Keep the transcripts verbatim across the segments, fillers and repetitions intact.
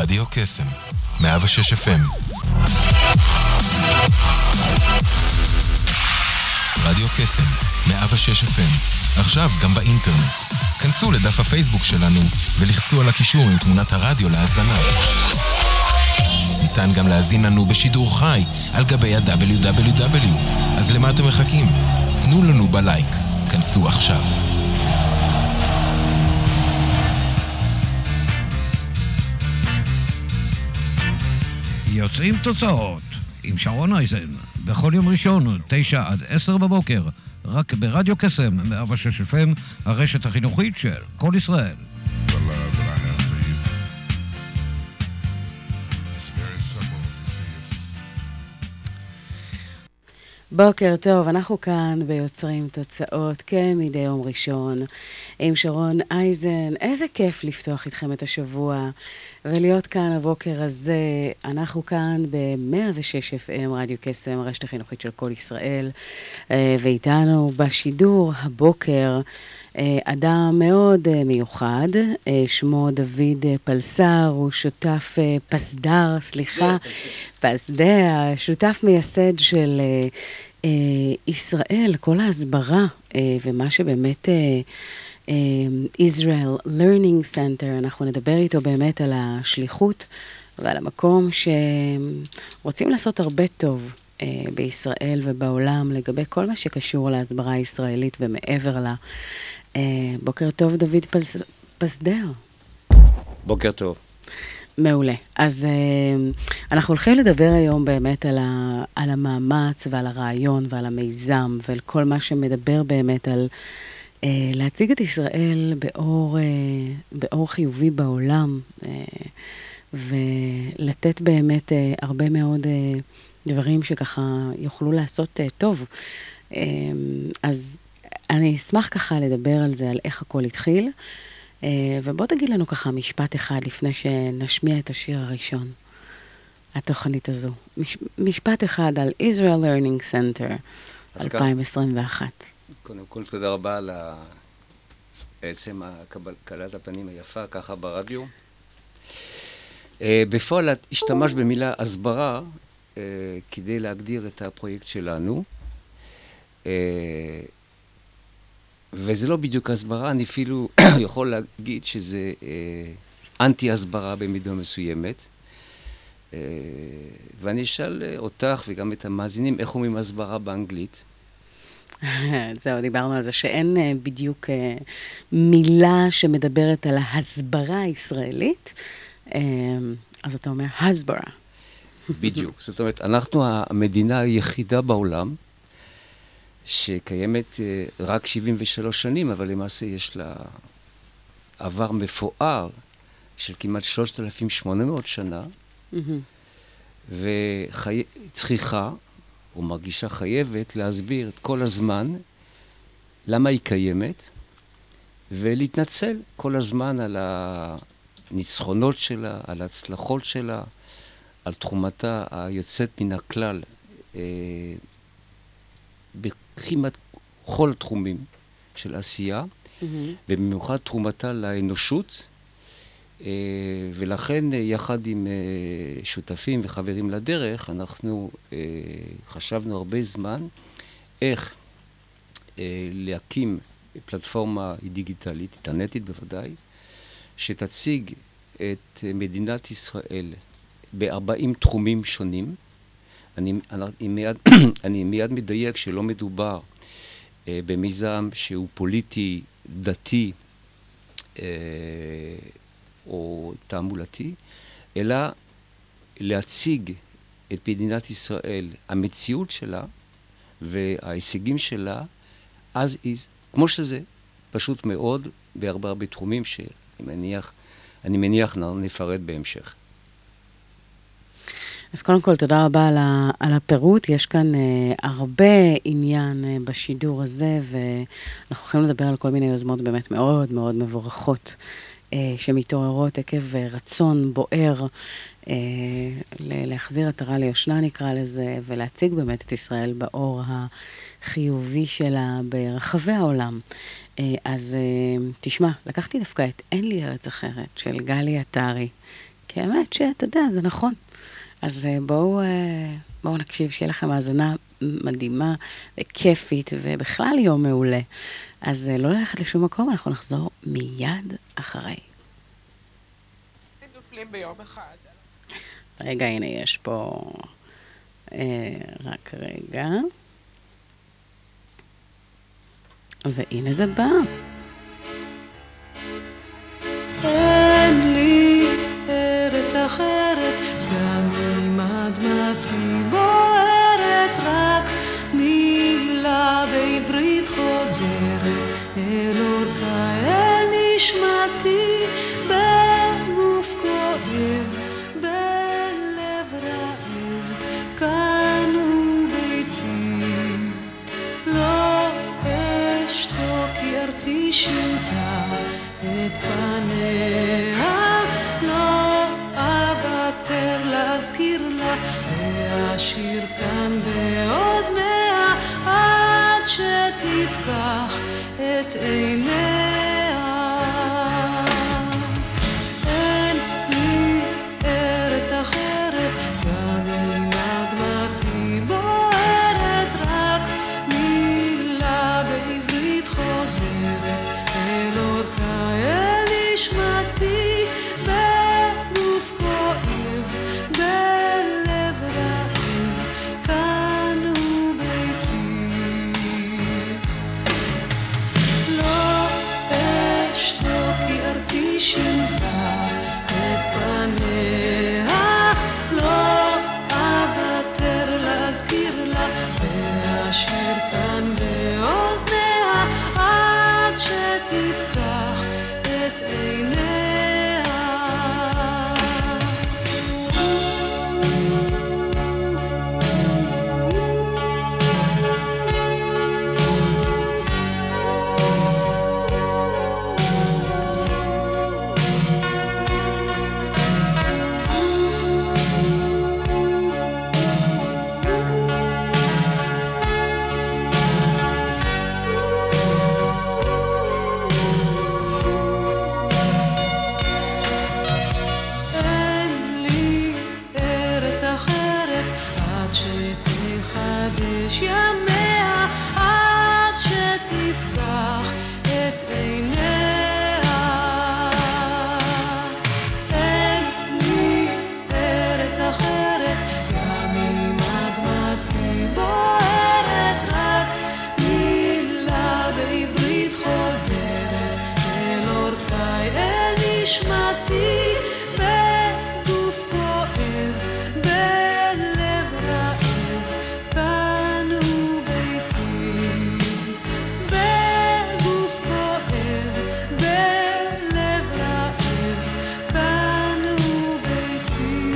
רדיו קסם, מאה ושש אף אם. רדיו קסם, מאה ושש אף אם. עכשיו גם באינטרנט. כנסו לדף הפייסבוק שלנו ולחצו על הקישור עם תמונת הרדיו להאזנה. ניתן גם להזין לנו בשידור חי על גבי ה-דאבליו דאבליו דאבליו. אז למה אתם מחכים? תנו לנו בלייק. כנסו עכשיו. יוצאים תוצאות עם שרון אייזן בכל יום ראשון תשע עד עשר בבוקר רק ברדיו קסם מאה ושש אף אם, הרשת החינוכית של כל ישראל. בוקר טוב, אנחנו כאן ביוצרים תוצאות כמדי יום ראשון עם שרון אייזן. איזה כיף לפתוח איתכם את השבוע ולהיות כאן הבוקר הזה. אנחנו כאן ב-מאה ושש אף אם רדיו קסם, הרשת החינוכית של כל ישראל, ואיתנו בשידור הבוקר אדם מאוד מיוחד, שמו דוד פלסר, הוא שותף פסדר, סליחה, פסדר, שותף מייסד של ישראל, כל ההסברה ומה שבאמת Israel Learning Center, אנחנו נדבר איתו באמת על השליחות ועל המקום שרוצים לעשות הרבה טוב בישראל ובעולם לגבי כל מה שקשור להסברה הישראלית ומעבר לה. בוקר טוב דוד פלס... פסדר. בוקר טוב. מעולה. אז אנחנו הולכים לדבר היום באמת על, ה... על המאמץ ועל הרעיון ועל המיזם ועל כל מה שמדבר באמת על להציג את ישראל באור, באור חיובי בעולם ולתת באמת הרבה מאוד דברים שככה יוכלו לעשות טוב. אז אני אשמח ככה לדבר על זה, על איך הכל התחיל, ובוא תגיד לנו ככה משפט אחד לפני שנשמיע את השיר הראשון, התוכנית הזו. מש, משפט אחד על Israel Learning Center אלפיים עשרים ואחת. קודם כל תודה רבה על בעצם קבלת הפנים היפה ככה ברדיו. בפועל השתמש במילה הסברה כדי להגדיר את הפרויקט שלנו. וזה לא בדיוק הסברה, אני אפילו יכול להגיד שזה אנטי-הסברה במידה מסוימת. ואני אשאל אותך וגם את המאזינים איך אומרים הסברה באנגלית. זהו, דיברנו על זה שאין בדיוק מילה שמדברת על ההסברה הישראלית, אז אתה אומר הסברה. בדיוק, זאת אומרת, אנחנו המדינה היחידה בעולם, שקיימת רק שבעים ושלוש שנים, אבל למעשה יש לה עבר מפואר של כמעט שלושת אלפים ושמונה מאות שנה, וצריכה, או מרגישה חייבת, להסביר את כל הזמן למה היא קיימת, ולהתנצל כל הזמן על הניצחונות שלה, על ההצלחות שלה, על תחומתה היוצאת מן הכלל, בכמעט כל תחומים של עשייה, mm-hmm. ובמיוחד תרומתה לאנושות, ולכן יחד עם שותפים וחברים לדרך, אנחנו חשבנו הרבה זמן איך להקים פלטפורמה דיגיטלית, אינטרנטית בוודאי, שתציג את מדינת ישראל ב-ארבעים תחומים שונים. אני, אני, מיד, אני מיד מדייק שלא מדובר אה, במיזם שהוא פוליטי, דתי אה, או תעמולתי, אלא להציג את מדינת ישראל, המציאות שלה וההישגים שלה, אז is, כמו שזה, פשוט מאוד, בהרבה הרבה תחומים שאני מניח, אני מניח נפרט בהמשך. אז קודם כל, תודה רבה על, ה, על הפירוט. יש כאן uh, הרבה עניין uh, בשידור הזה, ואנחנו יכולים לדבר על כל מיני יוזמות באמת מאוד מאוד מבורכות, uh, שמתעוררות עקב uh, רצון בוער, uh, להחזיר עטרה ליושנה נקרא לזה, ולהציג באמת את ישראל באור החיובי שלה ברחבי העולם. Uh, אז uh, תשמע, לקחתי דווקא את אין לי ארץ אחרת, של גלי עטרי, כי האמת שאתה יודע, זה נכון. אז בואו, בואו נקשיב, שיהיה לכם האזנה מדהימה וכיפית, ובכלל יום מעולה. אז לא ללכת לשום מקום, אנחנו נחזור מיד אחרי. נופלים ביום אחד. רגע, הנה יש פה... אה, רק רגע. והנה זה בא. אין לי ארץ אחרת, גם אם אדמתי בוערת, רק מילה בעברית חודרת אל אורכה, אל נשמתי, בגוף כואב, בלב רעב, כאן הוא ביתי. לא אשתוק כי ארצי שינתה את פניה, לא אוותר להזכיר לה, להשאיר כאן באוזניה, עד שתפקח את עיניה. אין לי ארץ אחרת, גם אם אדמתי בוערת, רק מילה בעברית חודרת אל אורכה, אל נשמתי, בגוף כואב, בלב רעב, כאן הוא ביתי. לא אשתוק כי ארצי שינתה את פניה, לא אוותר להזכיר לה, להשאיר כאן באוזניה, עד שתפקח את עיניה. אין לי ארץ אחרת, עד שתחדש ימיה, עד שתפקח את עיניה. אין לי ארץ אחרת, גם אם אדמתי בוערת, רק מילה בעברית חודרת אל אורכה, אל נשמתי, בגוף כואב, בלב רעב, כאן הוא ביתי. בגוף כואב, בלב רעב, כאן הוא ביתי.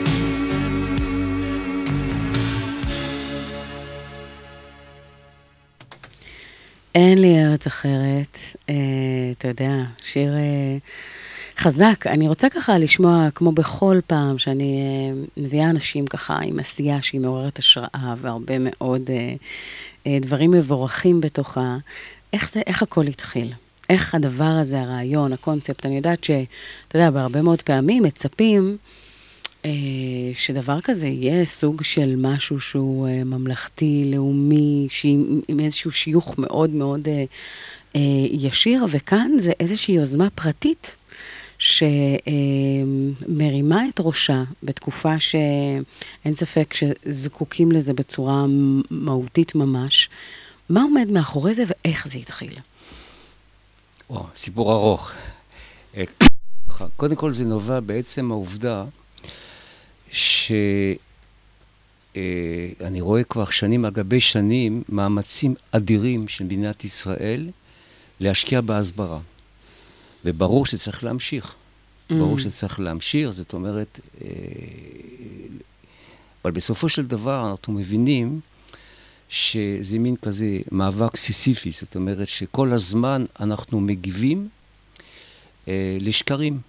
אין לי ארץ אחרת, אה, אתה יודע, שיר אה, חזק. אני רוצה ככה לשמוע, כמו בכל פעם שאני אה, מביאה אנשים ככה עם עשייה שהיא מעוררת השראה, והרבה מאוד אה, אה, דברים מבורכים בתוכה, איך זה, איך הכל התחיל? איך הדבר הזה, הרעיון, הקונספט, אני יודעת שאתה יודע, בהרבה מאוד פעמים מצפים אה, שדבר כזה יהיה סוג של משהו שהוא אה, ממלכתי, לאומי, שעם, עם איזשהו שיוך מאוד מאוד אה, אה, ישיר, וכאן זה איזושהי יוזמה פרטית שמרימה את ראשה בתקופה שאין ספק שזקוקים לזה בצורה מהותית ממש. מה עומד מאחורי זה ואיך זה התחיל? וואו, סיפור ארוך. קודם כל זה נובע בעצם העובדה שאני רואה כבר שנים על גבי שנים מאמצים אדירים של מדינת ישראל להשקיע בהסברה. וברור שצריך להמשיך. ברור שצריך להמשיך, זאת אומרת, אבל בסופו של דבר אנחנו מבינים שזה מין כזה מאבק סיסיפי, זאת אומרת שכל הזמן אנחנו מגיבים לשקרים.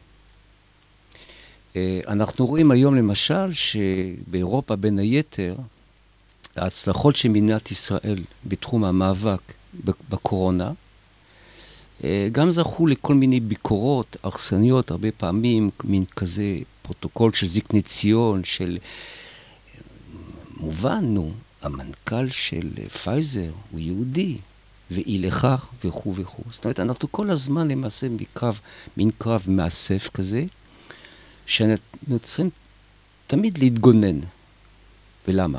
אנחנו רואים היום למשל שבאירופה בין היתר, ההצלחות של מדינת ישראל בתחום המאבק בקורונה, גם זכו לכל מיני ביקורות, הרסניות, הרבה פעמים, מין כזה פרוטוקול של זקני ציון, של... מובן, נו, המנכ"ל של פייזר הוא יהודי, ואי לכך, וכו' וכו'. זאת אומרת, אנחנו כל הזמן למעשה מקרב, מין קרב מאסף כזה, שאנחנו צריכים תמיד להתגונן. ולמה?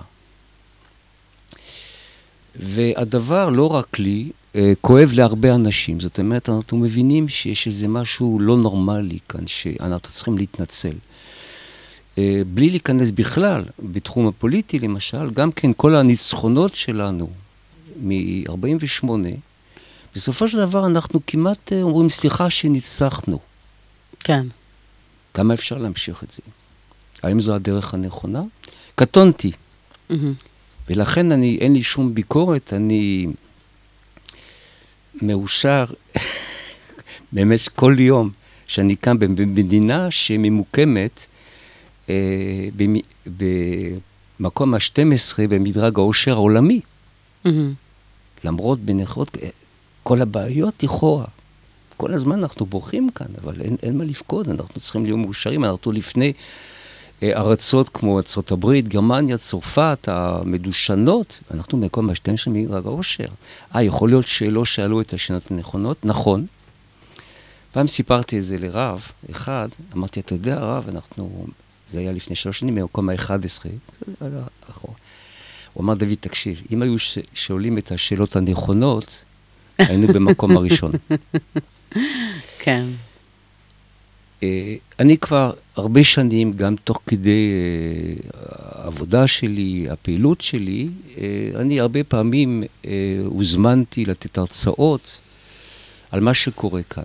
והדבר לא רק לי, כואב להרבה אנשים. זאת אומרת, אנחנו מבינים שיש איזה משהו לא נורמלי כאן, שאנחנו צריכים להתנצל. בלי להיכנס בכלל, בתחום הפוליטי למשל, גם כן כל הניצחונות שלנו מ-ארבעים ושמונה, בסופו של דבר אנחנו כמעט אומרים, סליחה שניצחנו. כן. כמה אפשר להמשיך את זה? האם זו הדרך הנכונה? קטונתי. Mm-hmm. ולכן אני, אין לי שום ביקורת, אני מאושר באמת כל יום שאני כאן במדינה שממוקמת אה, במקום ה-שתים עשרה במדרג העושר העולמי. Mm-hmm. למרות בנחות, כל הבעיות לכאורה. כל הזמן אנחנו בורחים כאן, אבל אין, אין מה לפקוד, אנחנו צריכים להיות מאושרים, אנחנו לפני ארצות כמו ארצות הברית, גרמניה, צרפת, המדושנות, אנחנו מקום ה-שתים עשרה מדרג העושר. אה, יכול להיות שלא שאלו את השאלות הנכונות? נכון. פעם סיפרתי את זה לרב, אחד, אמרתי, אתה יודע רב, אנחנו, זה היה לפני שלוש שנים, מקום ה-אחד עשר. הוא אמר, דוד, תקשיב, אם היו שואלים את השאלות הנכונות, היינו במקום הראשון. כן. אני כבר הרבה שנים, גם תוך כדי העבודה שלי, הפעילות שלי, אני הרבה פעמים הוזמנתי לתת הרצאות על מה שקורה כאן.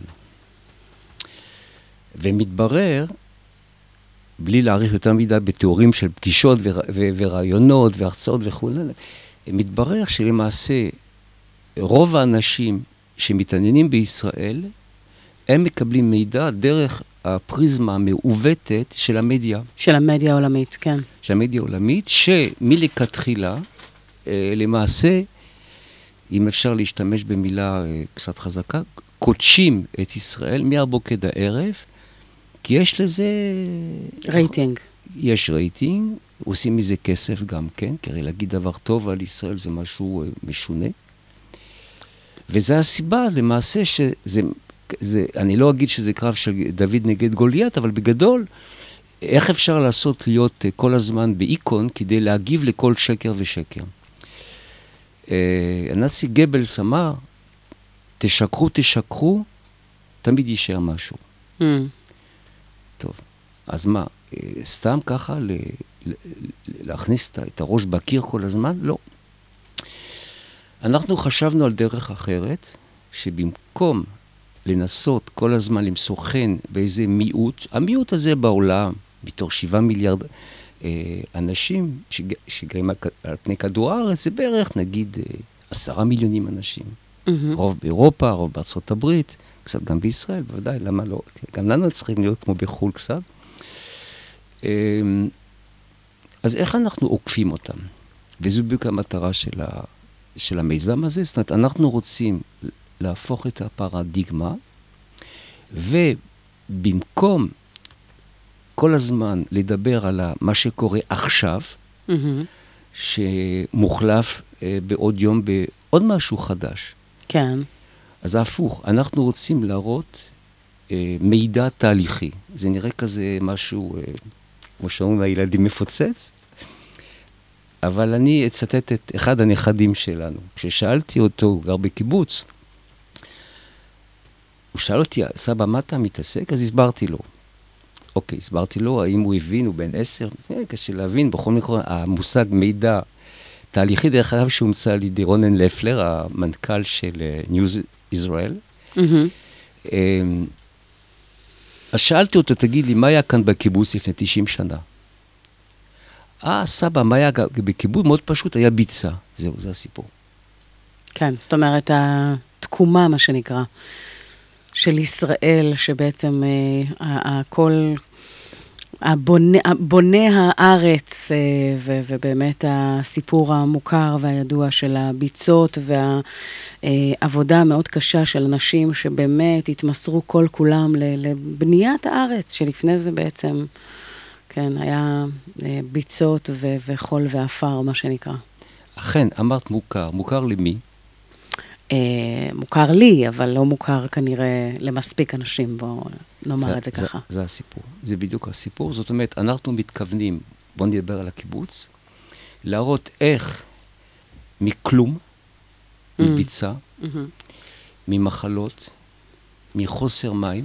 ומתברר, בלי להעריך יותר מדי בתיאורים של פגישות ורעיונות והרצאות וכו', מתברר שלמעשה רוב האנשים שמתעניינים בישראל, הם מקבלים מידע דרך הפריזמה המעוותת של המדיה. של המדיה העולמית, כן. של המדיה העולמית, שמלכתחילה, למעשה, אם אפשר להשתמש במילה קצת חזקה, קודשים את ישראל מהבוקר עד הערב, כי יש לזה... רייטינג. יש רייטינג, עושים מזה כסף גם כן, כי הרי להגיד דבר טוב על ישראל זה משהו משונה. וזו הסיבה למעשה שזה... זה, אני לא אגיד שזה קרב של דוד נגד גוליית, אבל בגדול, איך אפשר לעשות להיות כל הזמן באיקון כדי להגיב לכל שקר ושקר? הנשיא גבלס אמר, תשקרו, תשקרו, תמיד יישאר משהו. Mm. טוב, אז מה, סתם ככה ל, ל, להכניס את הראש בקיר כל הזמן? לא. אנחנו חשבנו על דרך אחרת, שבמקום לנסות כל הזמן למסור חן באיזה מיעוט, המיעוט הזה בעולם, בתור שבעה מיליארד אה, אנשים שג, שגרים על, על פני כדור הארץ, זה בערך נגיד אה, עשרה מיליונים אנשים. Mm-hmm. רוב באירופה, רוב בארצות הברית, קצת גם בישראל, בוודאי, למה לא? גם לנו צריכים להיות כמו בחול קצת. אה, אז איך אנחנו עוקפים אותם? וזו בדיוק המטרה של, ה, של המיזם הזה. זאת אומרת, אנחנו רוצים להפוך את הפרדיגמה, ובמקום כל הזמן לדבר על מה שקורה עכשיו, mm-hmm. שמוחלף אה, בעוד יום בעוד משהו חדש. כן. אז ההפוך, אנחנו רוצים להראות אה, מידע תהליכי. זה נראה כזה משהו, אה, כמו שאומרים, הילדים מפוצץ, אבל אני אצטט את אחד הנכדים שלנו. כששאלתי אותו, הוא גר בקיבוץ, הוא שאל אותי, סבא, מה אתה מתעסק? אז הסברתי לו. אוקיי, הסברתי לו, האם הוא הבין, הוא בן עשר? קשה להבין, בכל מקרה, המושג מידע תהליכי, דרך אגב, שהומצא על ידי רונן לפלר, המנכ"ל של ניוז ישראל. Mm-hmm. אז שאלתי אותו, תגיד לי, מה היה כאן בקיבוץ לפני תשעים שנה? אה, סבא, מה היה בקיבוץ? מאוד פשוט, היה ביצה. זהו, זה הסיפור. כן, זאת אומרת, התקומה, מה שנקרא. של ישראל, שבעצם אה, הכל, הבונה, בונה הארץ, אה, ו, ובאמת הסיפור המוכר והידוע של הביצות, והעבודה המאוד קשה של אנשים שבאמת התמסרו כל כולם לבניית הארץ, שלפני זה בעצם כן, היה אה, ביצות ו- וחול ואפר, מה שנקרא. אכן, אמרת מוכר. מוכר למי? אה, מוכר לי, אבל לא מוכר כנראה למספיק אנשים, בואו נאמר את זה ככה. זה, זה הסיפור. זה בדיוק הסיפור. זאת אומרת, אנחנו מתכוונים, בואו נדבר על הקיבוץ, להראות איך מכלום, Mm. מביצה, מהמם. ממחלות, מחוסר מים,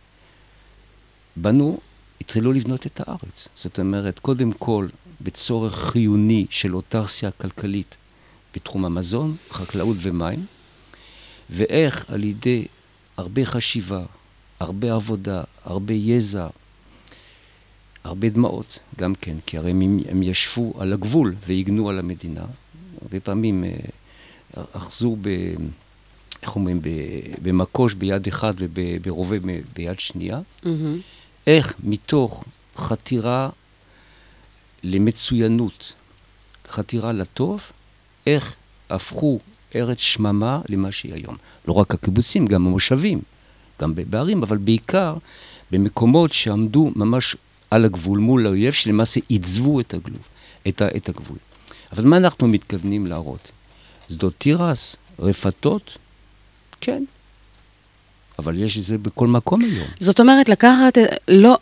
בנו, התחילו לבנות את הארץ. זאת אומרת, קודם כל, בצורך חיוני של אוטרסיה כלכלית בתחום המזון, חקלאות ומים, ואיך על ידי הרבה חשיבה, הרבה עבודה, הרבה יזע, הרבה דמעות, גם כן, כי הרי הם, הם ישבו על הגבול ויגנו על המדינה. הרבה פעמים אה, אחזו ב... איך אומרים? ב, במקוש ביד אחד וברובה ביד שנייה. מהמם. איך מתוך חתירה למצוינות, חתירה לטוב, איך הפכו ארץ שממה למה שהיא היום. לא רק הקיבוצים, גם המושבים, גם בערים, אבל בעיקר במקומות שעמדו ממש על הגבול מול האויב, שלמעשה עיצבו את הגבול, את, ה, את הגבול. אבל מה אנחנו מתכוונים להראות? שדות תירס, רפתות? כן. אבל יש את זה בכל מקום היום. זאת אומרת, לקחת, לא,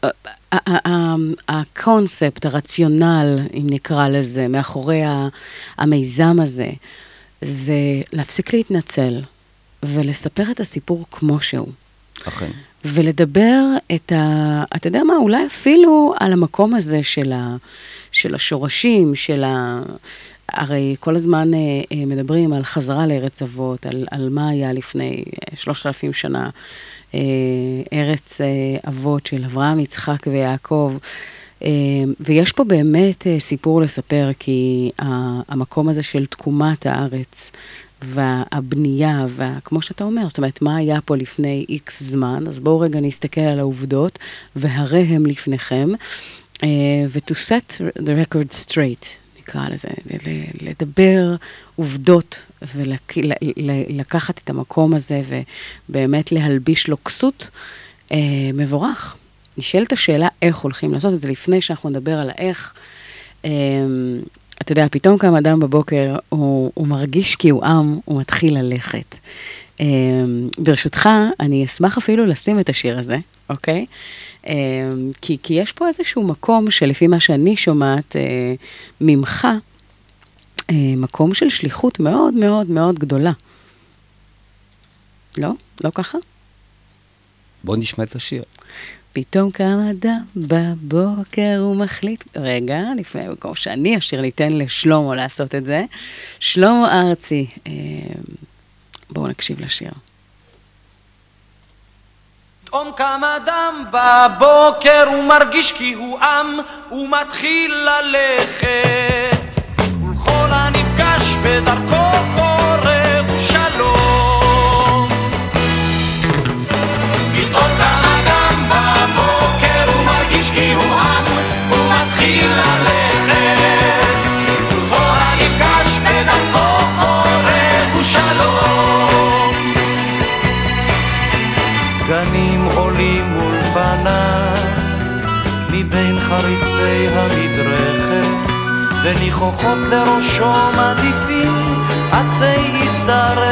הקונספט, הרציונל, אם נקרא לזה, מאחורי המיזם הזה, זה להפסיק להתנצל ולספר את הסיפור כמו שהוא. אכן. ולדבר את ה... אתה יודע מה, אולי אפילו על המקום הזה של, ה, של השורשים, של ה... הרי כל הזמן אה, אה, מדברים על חזרה לארץ אבות, על, על מה היה לפני שלושת אלפים שנה, אה, ארץ אה, אבות של אברהם, יצחק ויעקב, אה, ויש פה באמת אה, סיפור לספר, כי ה, המקום הזה של תקומת הארץ, והבנייה, וכמו שאתה אומר, זאת אומרת, מה היה פה לפני איקס זמן, אז בואו רגע נסתכל על העובדות, והרי הם לפניכם, uh, ו-to set the record straight, נקרא לזה, לדבר עובדות, ולקחת את המקום הזה, ובאמת להלביש לו כסות, uh, מבורך. נשאלת השאלה איך הולכים לעשות את זה, לפני שאנחנו נדבר על האיך, uh, אתה יודע, פתאום קם אדם בבוקר, הוא, הוא מרגיש כי הוא עם, הוא מתחיל ללכת. Um, ברשותך, אני אשמח אפילו לשים את השיר הזה, אוקיי? Um, כי, כי יש פה איזשהו מקום שלפי מה שאני שומעת uh, ממך, uh, מקום של שליחות מאוד מאוד מאוד גדולה. לא? לא ככה? בואו נשמע את השיר. פתאום קם אדם בבוקר ומחליט, רגע, לפני מקום שאני אשיר, ניתן לשלומו לעשות את זה. שלמה ארצי, אה, בואו נקשיב לשיר. פתאום קם אדם בבוקר ומרגיש כי הוא עם ומתחיל ללכת, ולכל הנפגש בדרכו קורא ושלום. פתאום קם אדם בבוקר ומרגיש כי הוא עם ומתחיל ללכת, ולכל הנפגש בדרכו קורא ושלום. גנים עולים מול פניו מבין חריצי המדרכת, וניחוחות לראשו מעדיפים עצי הזדרכת.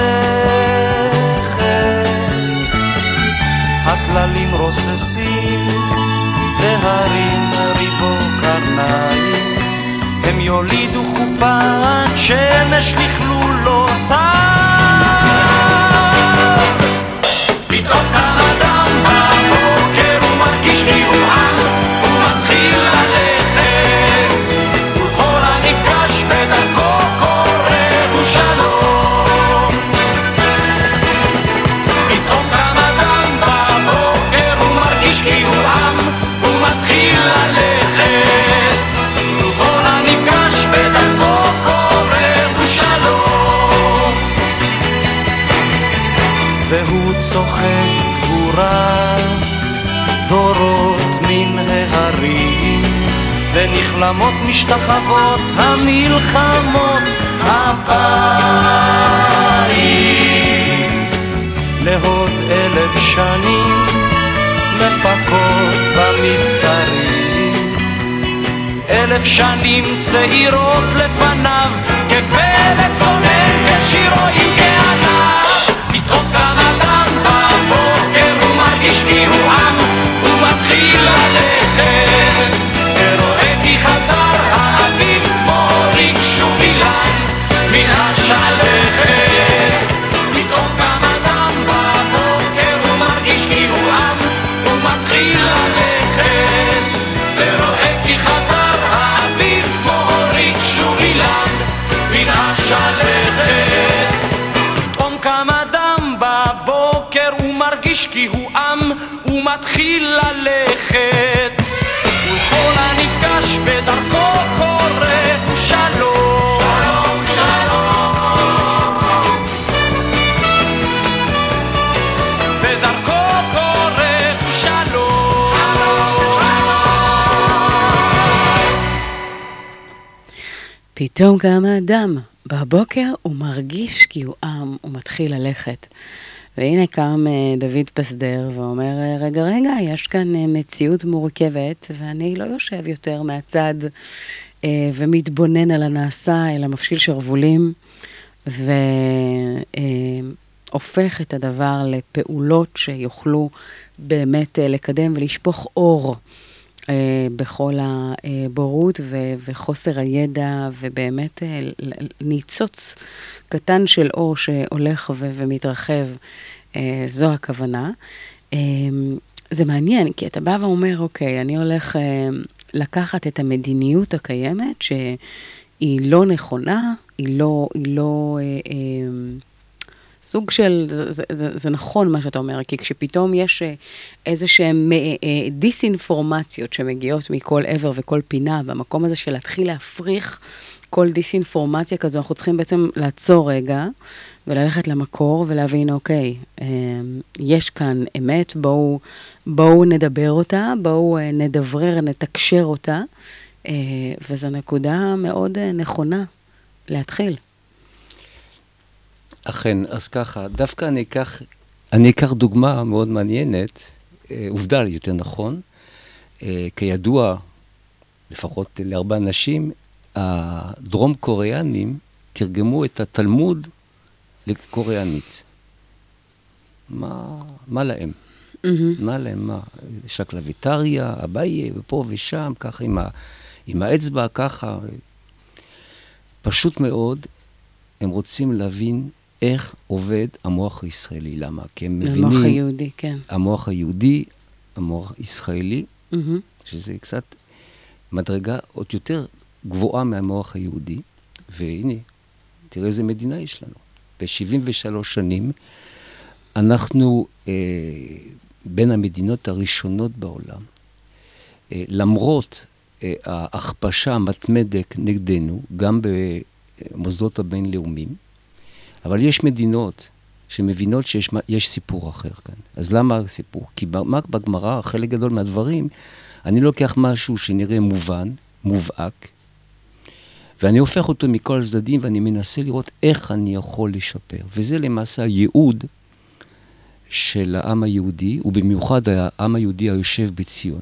הכללים רוססים והרים ריבו קרניים, הם יולידו חופת שמש לכלולותיו. פתאום קם אדם בבוקר ומרגיש כי הוא עם ומתחיל ללכת, ולכל הנפגש בדרכו קורא ושלום. פתאום קם אדם בבוקר ומרגיש כי הוא עם ומתחיל ללכת, ולכל הנפגש בדרכו קורא ושלום. והוא צוחק גבורת דורות מן ההרים, ונכלמות משתחוות המלחמות הבאים. לעוד אלף שנים מפקות במסתרים, אלף שנים צעירות לפניו, כפלט צונן ושירו עם כענב. פתאום קם אדם בבוקר, הוא מרגיש כי הוא עם, הוא מתחיל ללכת, ורואה כי חזר האביב כמו ריק שוב אילן מן השלכת. פתאום קם אדם בבוקר, הוא מרגיש כי הוא עם, הוא מתחיל ללכת, ורואה כי חזר האביב כמו ריק שוב אילן מן השלכת. פתאום קם אדם בבוקר, הוא מרגיש כי הוא עם, הוא מתחיל ללכת, וכל הנפגש בדרכו קורא הוא שלום. שלום, שלום. בדרכו קורא הוא שלום. שלום, שלום. פתאום קם האדם בבוקר, הוא מרגיש כי הוא עם, הוא מתחיל ללכת. והנה קם דוד פסדר ואומר, רגע, רגע, יש כאן מציאות מורכבת, ואני לא יושב יותר מהצד ומתבונן על הנעשה, אלא מפשיל שרבולים, והופך את הדבר לפעולות שיוכלו באמת לקדם ולשפוך אור בכל הבורות וחוסר הידע, ובאמת ניצוץ קטן של אור שהולך ומתרחב, זו הכוונה. זה מעניין, כי אתה בא ואומר, אוקיי, אני הולך לקחת את המדיניות הקיימת, שהיא לא נכונה, היא לא, היא לא סוג של, זה, זה, זה, זה נכון מה שאתה אומר, כי כשפתאום יש איזה שהן דיסאינפורמציות שמגיעות מכל עבר וכל פינה, במקום הזה של להתחיל להפריך כל דיסאינפורמציה כזו, אנחנו צריכים בעצם לעצור רגע, וללכת למקור ולהבין, אוקיי, יש כאן אמת, בואו, בואו נדבר אותה, בואו נדברר, נתקשר אותה, וזו נקודה מאוד נכונה להתחיל. אכן, אז ככה, דווקא אני אקח, אני אקח דוגמה מאוד מעניינת, עובדה יותר נכון, כידוע, לפחות להרבה אנשים, הדרום קוריאנים תרגמו את התלמוד לקוריאנית. מה, מה להם? Mm-hmm. מה להם? מה? שקלוויטריה, אביי, ופה ושם, ככה עם, ה, עם האצבע, ככה. פשוט מאוד, הם רוצים להבין איך עובד המוח הישראלי. למה? כי הם מבינים... המוח היהודי, כן. המוח היהודי, המוח הישראלי, mm-hmm. שזה קצת מדרגה עוד יותר גבוהה מהמוח היהודי, והנה, תראה איזה מדינה יש לנו. ב-שבעים ושלוש שנים, אנחנו אה, בין המדינות הראשונות בעולם, אה, למרות אה, ההכפשה המתמדת נגדנו, גם במוסדות הבינלאומיים, אבל יש מדינות שמבינות שיש יש סיפור אחר כאן. אז למה סיפור? כי בגמרא, חלק גדול מהדברים, אני לוקח משהו שנראה מובן, מובהק, ואני הופך אותו מכל הצדדים, ואני מנסה לראות איך אני יכול לשפר. וזה למעשה הייעוד של העם היהודי, ובמיוחד העם היהודי היושב בציון.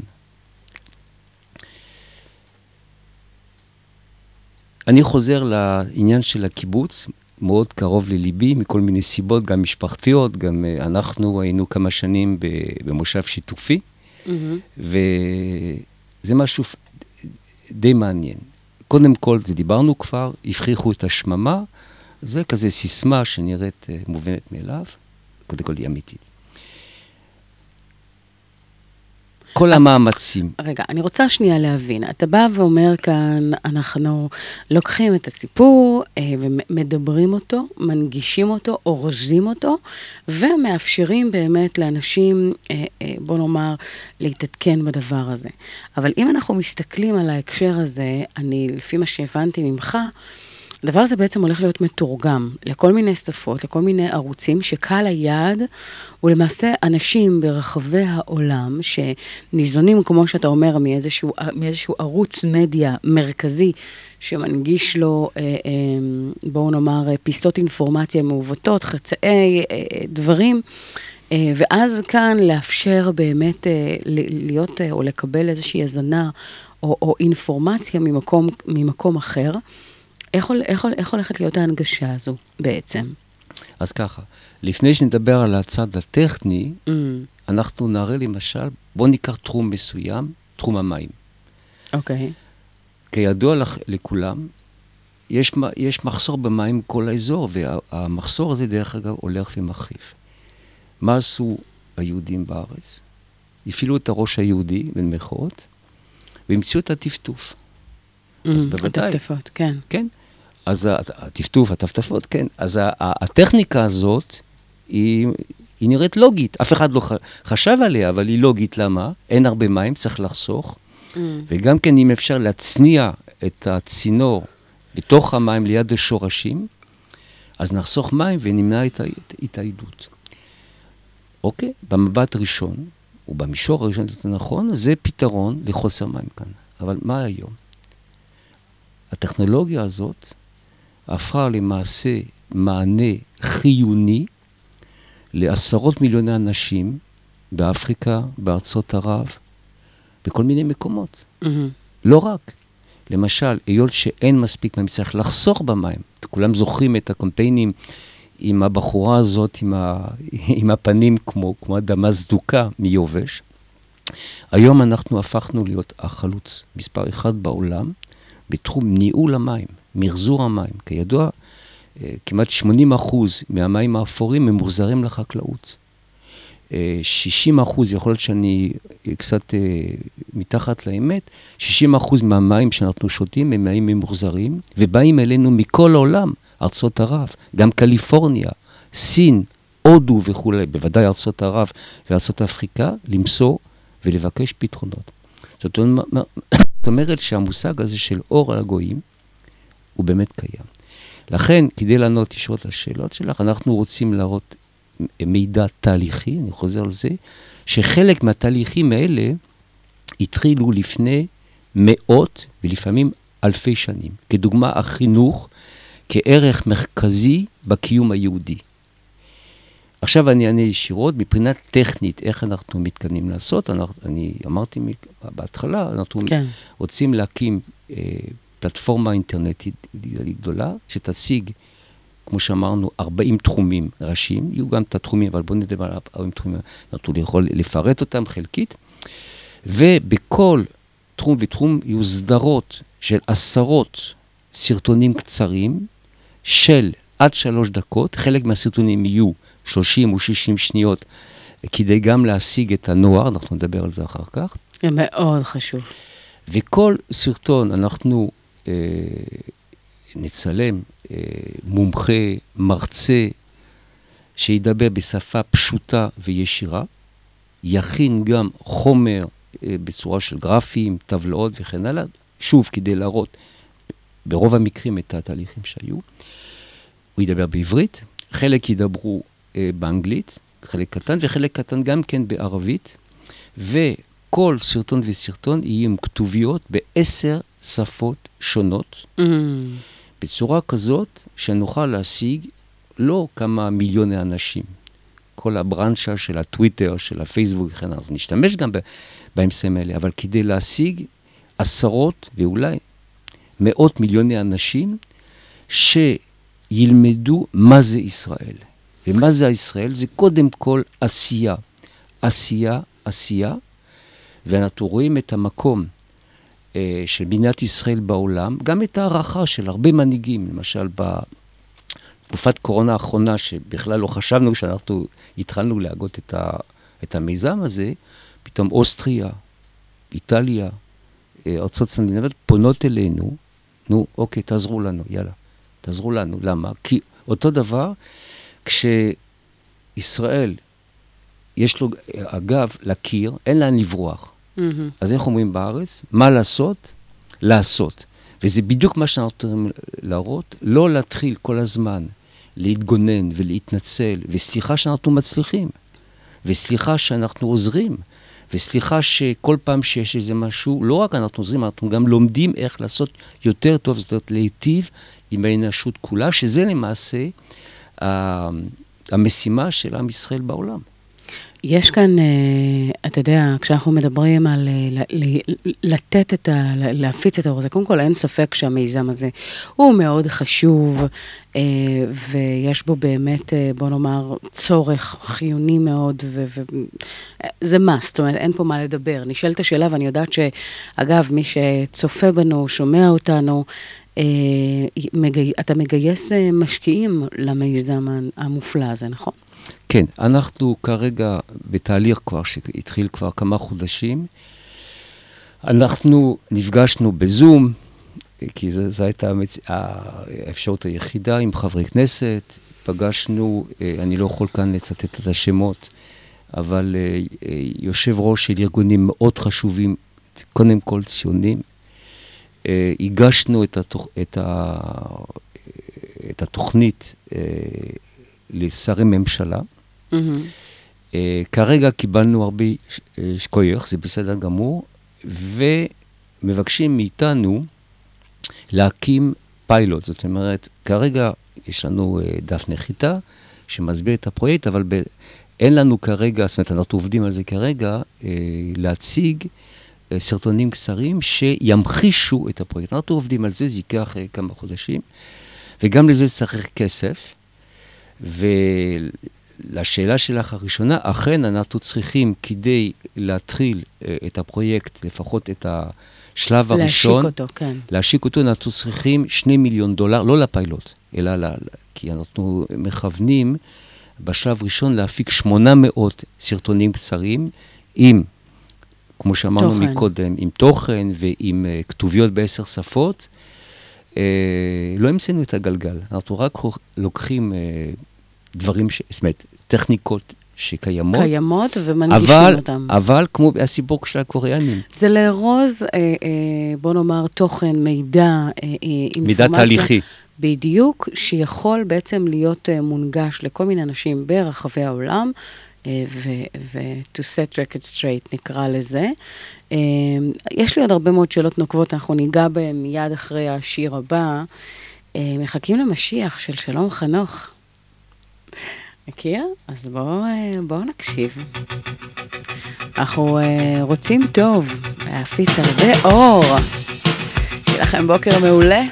אני חוזר לעניין של הקיבוץ, מאוד קרוב לליבי, מכל מיני סיבות, גם משפחתיות, גם אנחנו היינו כמה שנים במושב שיתופי, mm-hmm. וזה משהו די מעניין. קודם כל, זה דיברנו כבר, הפריחו את השממה, זה כזה סיסמה שנראית מובנת מאליו, קודם כל היא אמיתית. כל המאמצים. רגע, אני רוצה שנייה להבין. אתה בא ואומר כאן, אנחנו לוקחים את הסיפור ומדברים אותו, מנגישים אותו, אורזים אותו, ומאפשרים באמת לאנשים, בוא נאמר, להתעדכן בדבר הזה. אבל אם אנחנו מסתכלים על ההקשר הזה, אני, לפי מה שהבנתי ממך, הדבר הזה בעצם הולך להיות מתורגם לכל מיני שפות, לכל מיני ערוצים, שקהל היעד הוא למעשה אנשים ברחבי העולם שניזונים, כמו שאתה אומר, מאיזשהו, מאיזשהו ערוץ מדיה מרכזי שמנגיש לו, בואו נאמר, פיסות אינפורמציה מעוותות, חצאי דברים, ואז כאן לאפשר באמת להיות או לקבל איזושהי הזנה או, או אינפורמציה ממקום, ממקום אחר, איך, איך, איך הולכת להיות ההנגשה הזו בעצם? אז ככה, לפני שנדבר על הצד הטכני, Mm. אנחנו נראה למשל, בוא ניקח תחום מסוים, תחום המים. אוקיי. כידוע לך, לכולם, יש, יש מחסור במים בכל האזור, והמחסור הזה דרך אגב הולך ומחריף. מה עשו היהודים בארץ? הפעילו את הראש היהודי, בין מחאות, והמציאו את הטפטוף. Mm, אז בוודאי. הטפטפות, כן. כן. אז הטפטוף, הטפטפות, כן. אז הטכניקה הזאת, היא, היא נראית לוגית. אף אחד לא חשב עליה, אבל היא לוגית. למה? אין הרבה מים, צריך לחסוך. Mm. וגם כן, אם אפשר להצניע את הצינור בתוך המים ליד השורשים, אז נחסוך מים ונמנע את, את, את העידות. אוקיי? במבט ראשון, ובמישור הראשון, נכון, זה פתרון לחוסר מים כאן. אבל מה היום? הטכנולוגיה הזאת הפכה למעשה מענה חיוני לעשרות מיליוני אנשים באפריקה, בארצות ערב, בכל מיני מקומות. Mm-hmm. לא רק. למשל, היות שאין מספיק מים, צריך לחסוך במים. כולם זוכרים את הקמפיינים עם הבחורה הזאת, עם, ה... עם הפנים כמו, כמו אדמה סדוקה מיובש. היום אנחנו הפכנו להיות החלוץ מספר אחד בעולם, בתחום ניהול המים, מחזור המים. כידוע, כמעט שמונים אחוז מהמים האפורים ממוחזרים לחקלאות. שישים אחוז, יכול להיות שאני קצת מתחת לאמת, שישים אחוז מהמים שאנחנו שותים הם מים ממוחזרים, ובאים אלינו מכל העולם, ארצות ערב, גם קליפורניה, סין, הודו וכו', בוודאי ארצות ערב וארצות אפריקה, למסור ולבקש פתרונות. זאת אומרת שהמושג הזה של אור על הגויים הוא באמת קיים. לכן, כדי לענות ישירות לשאלות שלך, אנחנו רוצים להראות מידע תהליכי, אני חוזר על זה, שחלק מהתהליכים האלה התחילו לפני מאות ולפעמים אלפי שנים. כדוגמה, החינוך כערך מרכזי בקיום היהודי. עכשיו אני אענה ישירות, מבחינה טכנית, איך אנחנו מתכוונים לעשות, אנחנו, אני אמרתי בהתחלה, אנחנו כן. רוצים להקים אה, פלטפורמה אינטרנטית גדולה, שתציג, כמו שאמרנו, ארבעים תחומים ראשיים, יהיו גם את התחומים, אבל בואו נדבר על ארבעים תחומים, אנחנו יכול לפרט אותם חלקית, ובכל תחום ותחום יהיו סדרות של עשרות סרטונים קצרים, של עד שלוש דקות, חלק מהסרטונים יהיו שלושים או שישים שניות, כדי גם להשיג את הנוער, אנחנו נדבר על זה אחר כך. זה מאוד חשוב. וכל סרטון אנחנו אה, נצלם אה, מומחה, מרצה, שידבר בשפה פשוטה וישירה, יכין גם חומר אה, בצורה של גרפים, טבלאות וכן הלאה, שוב כדי להראות ברוב המקרים את התהליכים שהיו. הוא ידבר בעברית, חלק ידברו אה, באנגלית, חלק קטן, וחלק קטן גם כן בערבית, וכל סרטון וסרטון יהיו עם כתוביות בעשר שפות שונות, mm. בצורה כזאת שנוכל להשיג לא כמה מיליוני אנשים, כל הברנצ'ה של הטוויטר, של הפייסבוק, וכן אנחנו נשתמש גם באמצעים האלה, אבל כדי להשיג עשרות ואולי מאות מיליוני אנשים שילמדו מה זה ישראל. ומה זה ישראל? זה קודם כל עשייה. עשייה, עשייה, ואנחנו רואים את המקום אה, של מדינת ישראל בעולם, גם את הערכה של הרבה מנהיגים, למשל בתקופת קורונה האחרונה, שבכלל לא חשבנו שאנחנו התחלנו להגות את, ה, את המיזם הזה, פתאום אוסטריה, איטליה, אה, ארצות סנדינביות, פונות אלינו, נו, אוקיי, תעזרו לנו, יאללה, תעזרו לנו. למה? כי אותו דבר, כשישראל, יש לו, אגב, לקיר, אין לאן לברוח. Mm-hmm. אז איך אומרים בארץ? מה לעשות? לעשות. וזה בדיוק מה שאנחנו צריכים להראות, לא להתחיל כל הזמן להתגונן ולהתנצל, וסליחה שאנחנו מצליחים, וסליחה שאנחנו עוזרים, וסליחה שכל פעם שיש איזה משהו, לא רק אנחנו עוזרים, אנחנו גם לומדים איך לעשות יותר טוב, זאת אומרת, להיטיב עם האנושות כולה, שזה למעשה המשימה של עם ישראל בעולם. יש כאן, אתה יודע, כשאנחנו מדברים על לתת את ה... להפיץ את האור הזה, קודם כל אין ספק שהמיזם הזה הוא מאוד חשוב, ויש בו באמת, בוא נאמר, צורך חיוני מאוד, וזה must, זאת אומרת, אין פה מה לדבר. נשאלת השאלה, ואני יודעת שאגב, מי שצופה בנו, שומע אותנו, אתה מגייס משקיעים למיזם המופלא הזה, נכון? כן, אנחנו כרגע בתהליך כבר, שהתחיל כבר כמה חודשים. אנחנו נפגשנו בזום, כי זו הייתה המצ... האפשרות היחידה עם חברי כנסת. פגשנו, אני לא יכול כאן לצטט את השמות, אבל יושב ראש של ארגונים מאוד חשובים, קודם כל ציונים. הגשנו את, התוכ... את, ה... את התוכנית לשרי ממשלה. Mm-hmm. Uh, כרגע קיבלנו הרבה שקוייך, זה בסדר גמור, ומבקשים מאיתנו להקים פיילוט. זאת אומרת, כרגע יש לנו uh, דף נחיתה שמסביר את הפרויקט, אבל ב... אין לנו כרגע, זאת אומרת, אנחנו עובדים על זה כרגע, uh, להציג uh, סרטונים קצרים שימחישו את הפרויקט. אנחנו עובדים על זה, זה ייקח uh, כמה חודשים, וגם לזה צריך כסף. ולשאלה שלך הראשונה, אכן אנחנו צריכים כדי להתחיל את הפרויקט, לפחות את השלב הראשון, להשיק אותו, כן. להשיק אותו, אנחנו צריכים שני מיליון דולר, לא לפיילוט, אלא לה, כי אנחנו מכוונים בשלב ראשון להפיק שמונה מאות סרטונים קצרים, עם, כמו שאמרנו תוכן. מקודם, עם תוכן ועם uh, כתוביות בעשר שפות. Uh, לא המצאנו את הגלגל, אנחנו רק לוקחים uh, דברים, ש... זאת אומרת, טכניקות שקיימות. קיימות ומנגישים אבל, אותם. אבל כמו הסיפור של הקוריאנים. זה לארוז, אה, אה, בוא נאמר, תוכן, מידע, אה, אינפורמציה. מידע תהליכי. בדיוק, שיכול בעצם להיות אה, מונגש לכל מיני אנשים ברחבי העולם, אה, ו-to set record straight נקרא לזה. אה, יש לי עוד הרבה מאוד שאלות נוקבות, אנחנו ניגע בהם מיד אחרי השיר הבא. אה, מחכים למשיח של שלום חנוך. מכיר? אז בואו בוא נקשיב. אנחנו רוצים טוב, להפיץ הרבה אור. שיהיה לכם בוקר מעולה.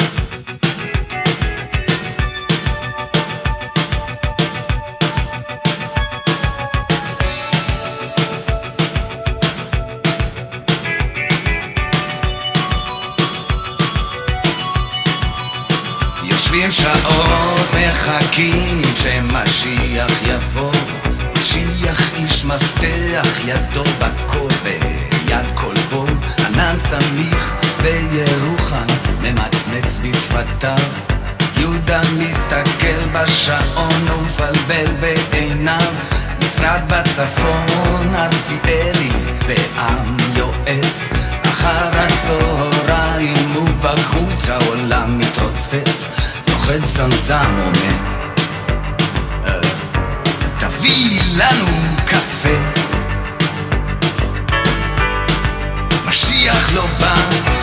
יושבים שעות מחכים שמשיח יבוא, משיח איש מפתח, ידו בכל ויד כל בו, ענן סמיך בירוחם ממצמץ בשפתיו, יהודה מסתכל בשעון ומפלבל בעיניו, משרד בצפון ארציאלי בעם יועץ, אחר הצהריים ובחוץ העולם מתרוצץ, נוחד זמזם אומר תביא לנו קפה, משיח לא בא,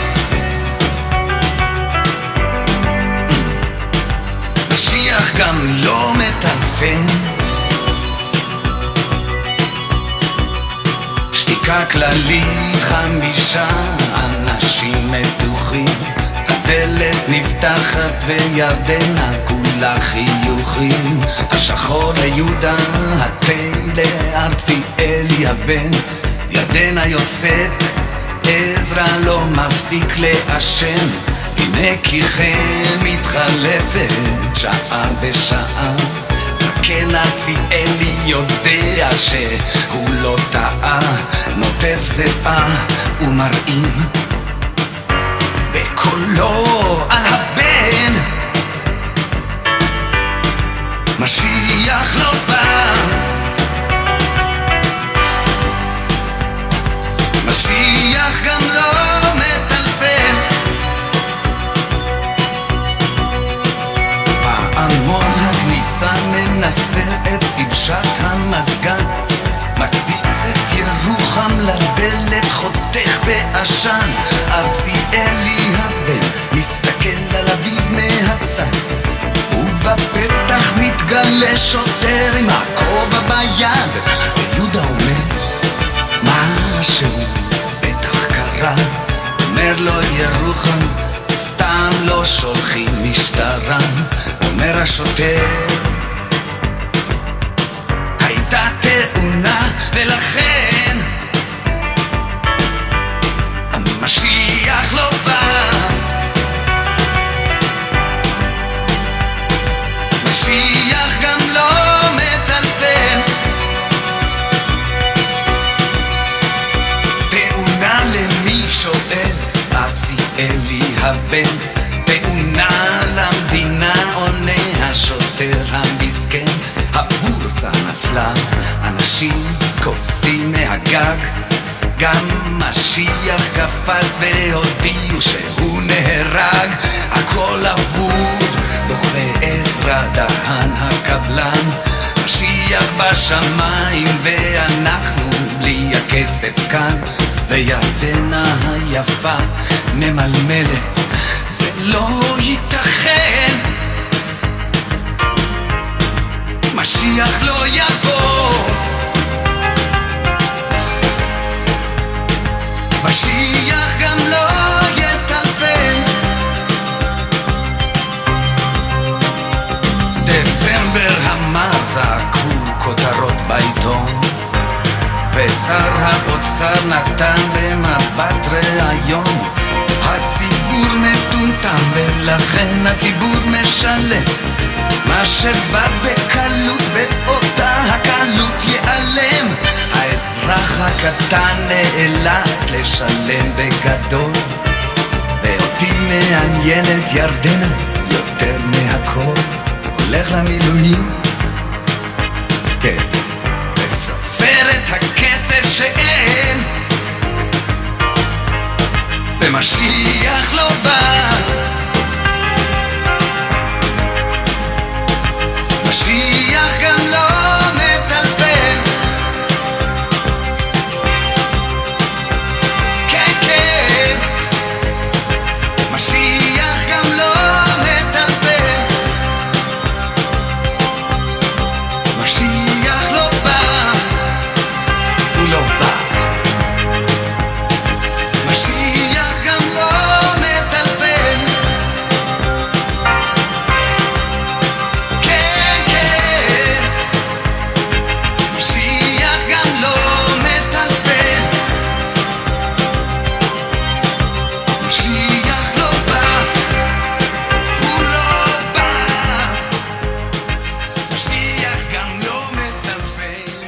משיח גם לא מטלפן, שתיקה כללית, חמישה אנשים מתוחים, הדלת נפתחת וירדנה כולה חיוכים, השחור ליהודה, התה לארציאלי הבן, ירדנה יוצאת, עזרא לא מפסיק לעשן, הנה כי כן מתחלפת שעה בשעה, זקן ארציאלי יודע שהוא לא טעה, נוטף זיעה ומראים בקולו על הבן, משיח לא בא, משיח גם לא מטלפן, פעמון הכניסה מנסה את דבשת המזגן, מקפיץ את ירוחם לדלת, חותך בעשן, ארציאלי הבן מסתכל על אביו מהצד, ובפתח מתגלה שוטר עם הכובע ביד, ויהודה אומר משהו בטח קרה, אומר לו ירוחם, סתם לא שולחים משטרה. אומר השוטר, הייתה תאונה ולכן המשיח לא בא. משיח גם לא מטלפן. תאונה למי שואל? אציאלי הבן. תאונה למדינה עונה השוטר המסכן. הבורסה נפלה, אנשים קופצים מהגג, גם משיח קפץ והודיעו שהוא נהרג. הכל אבוד, בוכה עזרא דהן הקבלן. משיח בשמיים ואנחנו בלי הכסף כאן, וירדנה היפה ממלמלת, זה לא ייתכן, משיח לא יבוא. משיח גם לא יטלפן. דצמבר המר זעקו כותרות בעיתון, ושר האוצר נתן במבט ראיון. הציבור מטומטם ולכן הציבור משלם, מה שבא בקלות באותה הקלות ייעלם. האזרח הקטן נאלץ לשלם בגדול, ואותי מעניינת ירדנה יותר מהכל. הולך למילואים, כן, וסופר את הכסף שאין, ומשיח לא בא. משיח גם לא מטלפן. כן, כן, משיח גם לא מטלפן. משיח לא בא, הוא לא בא. משיח גם לא מטלפן. כן, כן, משיח גם לא מטלפן. משיח לא בא, הוא לא בא. משיח גם לא מטלפן.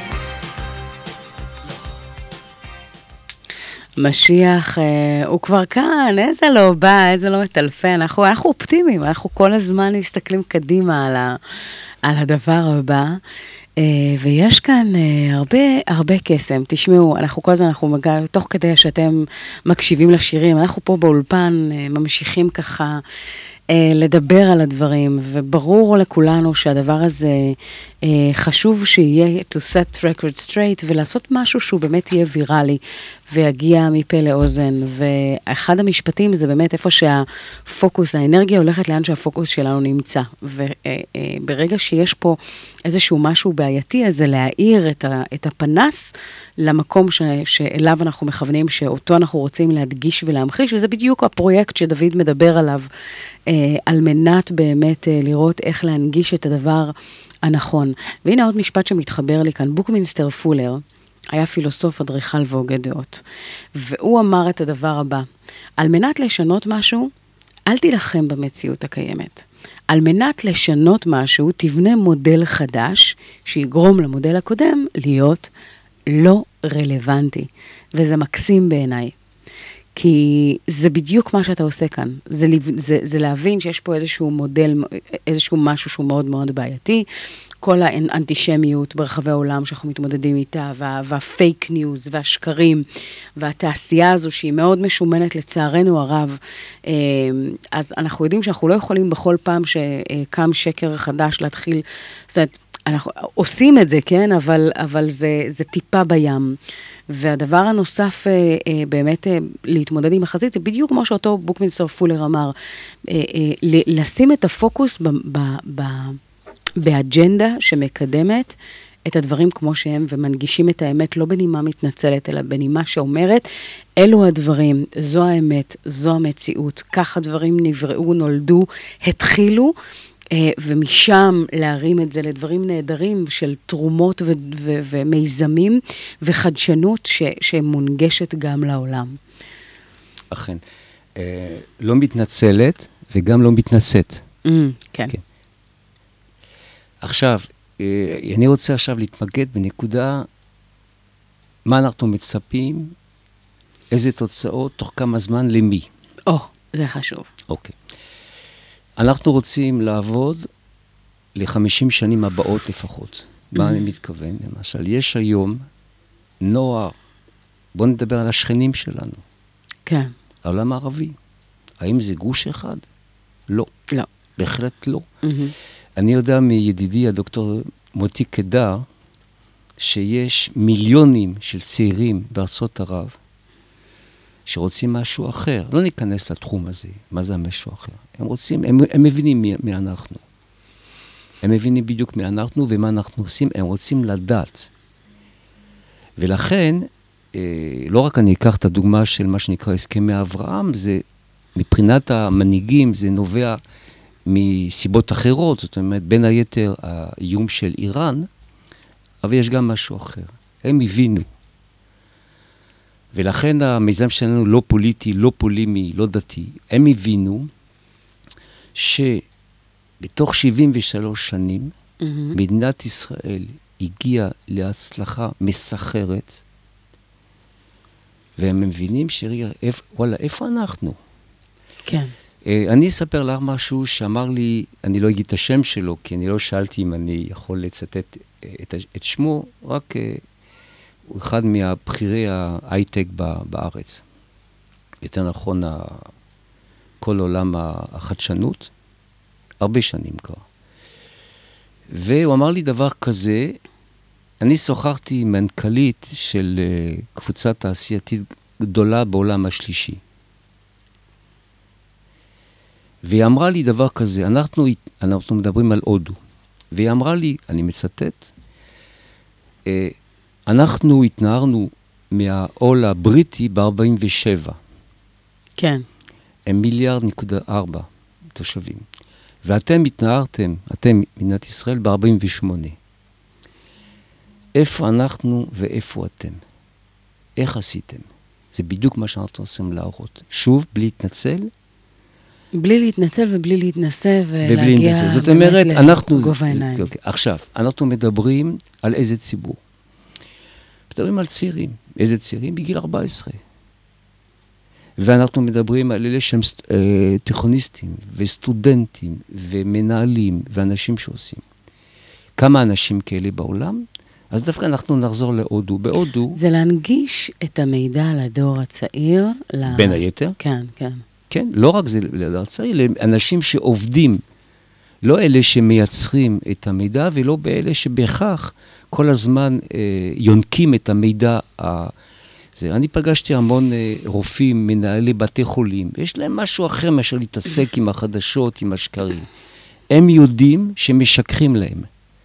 משיח, אה, הוא כבר כאן, איזה לא בא, איזה לא מטלפן. אנחנו, אנחנו אופטימיים, אנחנו כל הזמן מסתכלים קדימה על, ה, על הדבר הבא. אה, ויש כאן אה, הרבה, הרבה קסם. תשמעו, אנחנו כל הזמן, אנחנו מגע, תוך כדי שאתם מקשיבים לשירים, אנחנו פה באולפן אה, ממשיכים ככה אה, לדבר על הדברים, וברור לכולנו שהדבר הזה אה, חשוב שיהיה to set record straight, ולעשות משהו שהוא באמת יהיה ויראלי, ויגיע מפה לאוזן. ואחד המשפטים זה באמת איפה שהפוקוס, האנרגיה הולכת לאן שהפוקוס שלנו נמצא. וברגע שיש פה איזשהו משהו בעייתי, אז זה להאיר את, ה, את הפנס למקום ש, שאליו אנחנו מכוונים, שאותו אנחנו רוצים להדגיש ולהמחיש, וזה בדיוק הפרויקט שדוד מדבר עליו, על מנת באמת לראות איך להנגיש את הדבר הנכון. והנה עוד משפט שמתחבר לי כאן, בוקמינסטר פולר, היה פילוסוף, אדריכל והוגה דעות. והוא אמר את הדבר הבא, על מנת לשנות משהו, אל תילחם במציאות הקיימת. על מנת לשנות משהו, תבנה מודל חדש, שיגרום למודל הקודם להיות לא רלוונטי. וזה מקסים בעיניי. כי זה בדיוק מה שאתה עושה כאן. זה, זה, זה להבין שיש פה איזשהו מודל, איזשהו משהו שהוא מאוד מאוד בעייתי. כל האנטישמיות ברחבי העולם שאנחנו מתמודדים איתה, וה, והפייק ניוז, והשקרים, והתעשייה הזו שהיא מאוד משומנת לצערנו הרב. אז אנחנו יודעים שאנחנו לא יכולים בכל פעם שקם שקר חדש להתחיל, זאת אומרת, אנחנו עושים את זה, כן? אבל, אבל זה, זה טיפה בים. והדבר הנוסף, באמת, להתמודד עם החזית, זה בדיוק כמו שאותו בוקמינסטר פולר אמר, לשים את הפוקוס ב, ב, ב, באג'נדה שמקדמת את הדברים כמו שהם, ומנגישים את האמת לא בנימה מתנצלת, אלא בנימה שאומרת, אלו הדברים, זו האמת, זו המציאות, כך הדברים נבראו, נולדו, התחילו, ומשם להרים את זה לדברים נהדרים של תרומות ו- ו- ומיזמים וחדשנות ש- שמונגשת גם לעולם. אכן. אה, לא מתנצלת וגם לא מתנשאת. Mm, כן. כן. עכשיו, אה, אני רוצה עכשיו להתמקד בנקודה, מה אנחנו מצפים, איזה תוצאות, תוך כמה זמן, למי. או, זה חשוב. אוקיי. אנחנו רוצים לעבוד ל-חמישים שנים הבאות לפחות. מה אני מתכוון? למשל, יש היום נוער, בואו נדבר על השכנים שלנו. כן. העולם הערבי. האם זה גוש אחד? לא. לא. בהחלט לא. אני יודע מידידי הדוקטור מוטי קדר, שיש מיליונים של צעירים בארצות ערב, שרוצים משהו אחר. לא ניכנס לתחום הזה, מה זה משהו אחר. הם רוצים, הם, הם מבינים מי, מי אנחנו. הם מבינים בדיוק מי אנחנו ומה אנחנו עושים, הם רוצים לדעת. ולכן, אה, לא רק אני אקח את הדוגמה של מה שנקרא הסכמי אברהם, זה מבחינת המנהיגים, זה נובע מסיבות אחרות, זאת אומרת, בין היתר האיום של איראן, אבל יש גם משהו אחר. הם הבינו. ולכן המיזם שלנו לא פוליטי, לא פולימי, לא דתי. הם הבינו שבתוך שבעים ושלוש שנים, mm-hmm. מדינת ישראל הגיעה להצלחה מסחרת, והם מבינים שוואלה, איפה אנחנו? כן. אני אספר לך משהו שאמר לי, אני לא אגיד את השם שלו, כי אני לא שאלתי אם אני יכול לצטט את, את שמו, רק הוא אחד מהבחירי ההייטק בארץ. יותר נכון, כל עולם החדשנות, הרבה שנים כבר. והוא אמר לי דבר כזה, אני שוחחתי עם מנכ"לית של קבוצה תעשייתית גדולה בעולם השלישי. והיא אמרה לי דבר כזה, אנחנו, אנחנו מדברים על הודו, והיא אמרה לי, אני מצטט, אנחנו התנערנו מהעול הבריטי ב-ארבעים ושבע. כן. הם מיליארד נקודה ארבע תושבים. ואתם התנערתם, אתם, מדינת ישראל, ב-ארבעים ושמונה. איפה אנחנו ואיפה אתם? איך עשיתם? זה בדיוק מה שאנחנו עושים להראות. שוב, בלי להתנצל, בלי להתנצל ובלי להתנסה ולהגיע להתנסה. זאת אומרת, אנחנו... לגובה העיניים. זה, אוקיי. עכשיו, אנחנו מדברים על איזה ציבור. מדברים על צעירים. איזה צעירים? בגיל ארבע עשרה. ואנחנו מדברים על אלה שהם אה, תיכוניסטים וסטודנטים ומנהלים ואנשים שעושים. כמה אנשים כאלה בעולם? אז דווקא אנחנו נחזור להודו. בהודו... זה להנגיש את המידע לדור הצעיר. בין היתר? כן, כן. כן, לא רק זה לדור הצעיר, אלא אנשים שעובדים, לא אלה שמייצרים את המידע, ולא באלה שבהכרח כל הזמן אה, יונקים את המידע ה... זה. אני פגשתי המון אה, רופאים, מנהלי בתי חולים, יש להם משהו אחר מאשר להתעסק עם החדשות, עם השקרים. הם יודעים שמשקרים להם.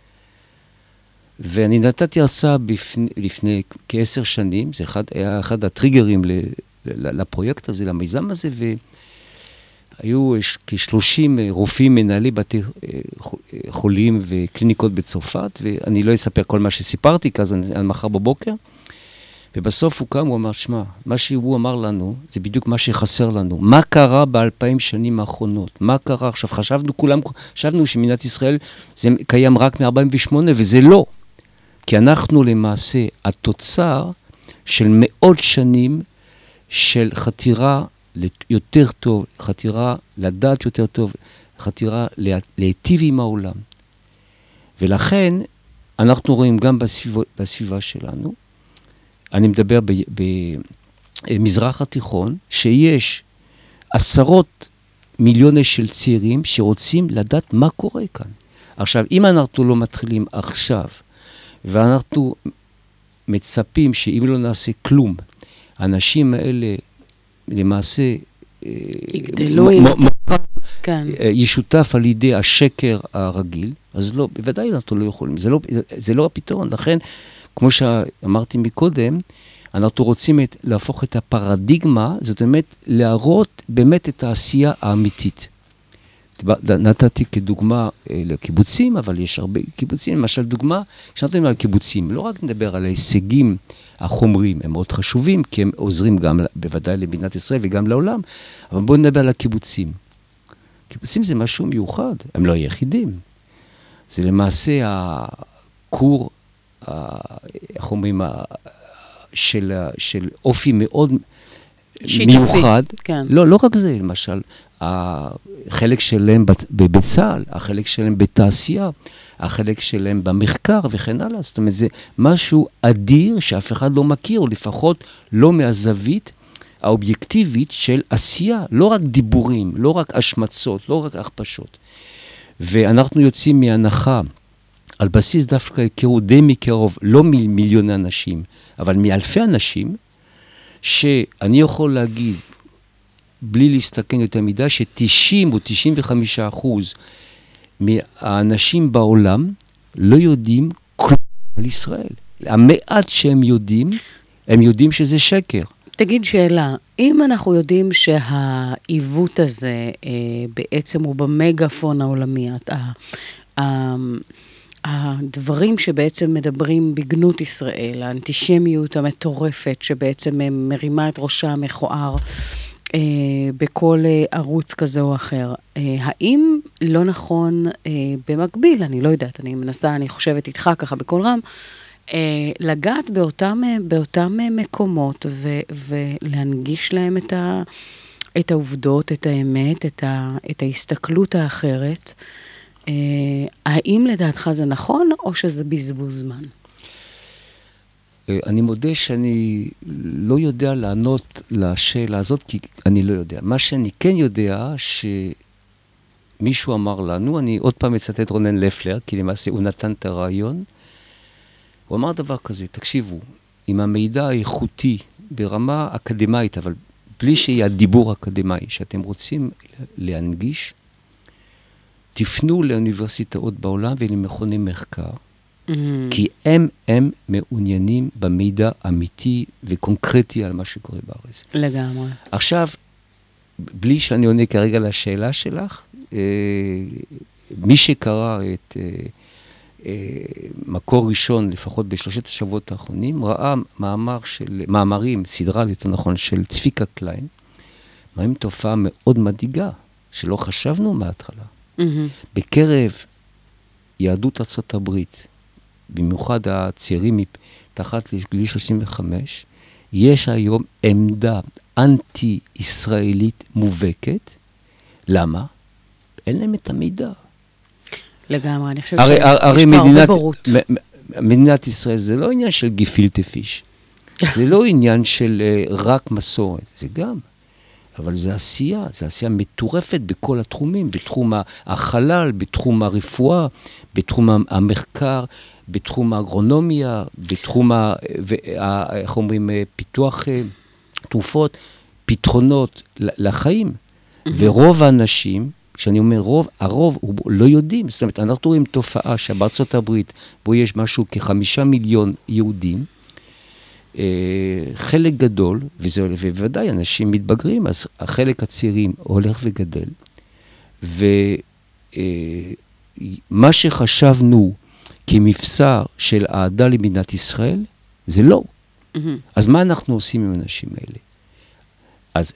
ואני נתתי הרצאה בפני, לפני כעשר שנים, זה אחד, היה אחד הטריגרים ל, ל, לפרויקט הזה, למיזם הזה, והיו כ-שלושים רופאים מנהלי בתי חולים וקליניקות בצרפת, ואני לא אספר כל מה שסיפרתי, כי אז אני מחר בבוקר, ובסוף הוא קם, הוא אמר, שמה, מה שהוא אמר לנו, זה בדיוק מה שחסר לנו. מה קרה באלפיים שנים האחרונות? מה קרה? עכשיו, חשבנו כולם, חשבנו שמדינת ישראל זה קיים רק מ-ארבעים ושמונה, וזה לא. כי אנחנו למעשה התוצר של מאות שנים של חתירה יותר טוב, חתירה לדעת יותר טוב, חתירה להיטיב עם העולם. ולכן אנחנו רואים גם בסביבה, בסביבה שלנו, אני מדבר במזרח התיכון, שיש עשרות מיליוני של צעירים שרוצים לדעת מה קורה כאן. עכשיו, אם אנחנו לא מתחילים עכשיו, ואנחנו מצפים שאם לא נעשה כלום, האנשים האלה למעשה יגדלו עם... ישותף על ידי השקר הרגיל, אז לא, בוודאי אנחנו לא יכולים, זה לא, זה לא הפתרון. לכן, כמו שאמרתי מקודם, אנחנו רוצים את, להפוך את הפרדיגמה, זאת אומרת, להראות באמת את העשייה האמיתית. נתתי כדוגמה לקיבוצים, אבל יש הרבה קיבוצים, למשל דוגמה, כשאנחנו מדברים על קיבוצים, לא רק נדבר על ההישגים החומריים, הם מאוד חשובים, כי הם עוזרים גם בוודאי למדינת ישראל וגם לעולם, אבל בואו נדבר על הקיבוצים. קיבוצים זה משהו מיוחד, הם לא היחידים. זה למעשה הכור, איך אומרים, של, של אופי מאוד שיתופי, מיוחד. כן. לא, לא רק זה, למשל, החלק שלהם בצה"ל, החלק שלהם בתעשייה, החלק שלהם במחקר וכן הלאה. זאת אומרת, זה משהו אדיר שאף אחד לא מכיר, או לפחות לא מהזווית האובייקטיבית של עשייה, לא רק דיבורים, לא רק השמצות, לא רק הכפשות. ואנחנו יוצאים מהנחה, על בסיס דווקא היכרות די מקרוב, לא ממיליוני אנשים, אבל מאלפי אנשים, שאני יכול להגיד, בלי להסתכן יותר מדי, ש-תשעים או תשעים וחמישה אחוז מהאנשים בעולם לא יודעים כלום על ישראל. המעט שהם יודעים, הם יודעים שזה שקר. תגיד שאלה, אם אנחנו יודעים שהעיוות הזה אה, בעצם הוא במגפון העולמי, ה, ה, הדברים שבעצם מדברים בגנות ישראל, האנטישמיות המטורפת שבעצם מרימה את ראשה המכוער אה, בכל אה, ערוץ כזה או אחר, אה, האם לא נכון אה, במקביל, אני לא יודעת, אני מנסה, אני חושבת איתך ככה בכל רם, לגעת באותם, באותם מקומות ו, ולהנגיש להם את, ה, את העובדות, את האמת, את, ה, את ההסתכלות האחרת. האם לדעתך זה נכון או שזה בזבוז זמן? אני מודה שאני לא יודע לענות לשאלה הזאת, כי אני לא יודע. מה שאני כן יודע, שמישהו אמר לנו, אני עוד פעם מצטט רונן לפלר, כי למעשה הוא נתן את הרעיון, הוא אמר דבר כזה, תקשיבו, עם המידע האיכותי ברמה אקדמית, אבל בלי שיהיה הדיבור האקדמי שאתם רוצים להנגיש, תפנו לאוניברסיטאות בעולם ולמכוני מחקר, mm-hmm. כי הם, הם מעוניינים במידע אמיתי וקונקרטי על מה שקורה בארץ. לגמרי. עכשיו, בלי שאני עונה כרגע לשאלה שלך, אה, מי שקרא את... אה, מקור ראשון, לפחות בשלושת השבועות האחרונים, ראה מאמר של, מאמרים, סדרה יותר נכון, של צביקה קליין, מהם תופעה מאוד מדאיגה, שלא חשבנו מההתחלה. Mm-hmm. בקרב יהדות ארצות הברית, במיוחד הצעירים מתחת לגיל שלושים וחמש, יש היום עמדה אנטי-ישראלית מובהקת. למה? אין להם את המידע. לגמרי, אני חושבת שיש פה הרבה בורות. מדינת ישראל זה לא עניין של גפילטע פיש. זה לא עניין של רק מסורת, זה גם. אבל זה עשייה, זה עשייה מטורפת בכל התחומים, בתחום החלל, בתחום הרפואה, בתחום המחקר, בתחום האגרונומיה, בתחום, איך אומרים, פיתוח תרופות, פתרונות לחיים. ורוב האנשים, כשאני אומר רוב, הרוב הוא לא יודעים. זאת אומרת, אנחנו רואים תופעה שבארצות הברית, בו יש משהו כחמישה מיליון יהודים, חלק גדול, וזה, ובוודאי אנשים מתבגרים, אז החלק הצעירים הולך וגדל, ומה שחשבנו כמבצר של אהדה למדינת ישראל, זה לא. Mm-hmm. אז מה אנחנו עושים עם האנשים האלה? אז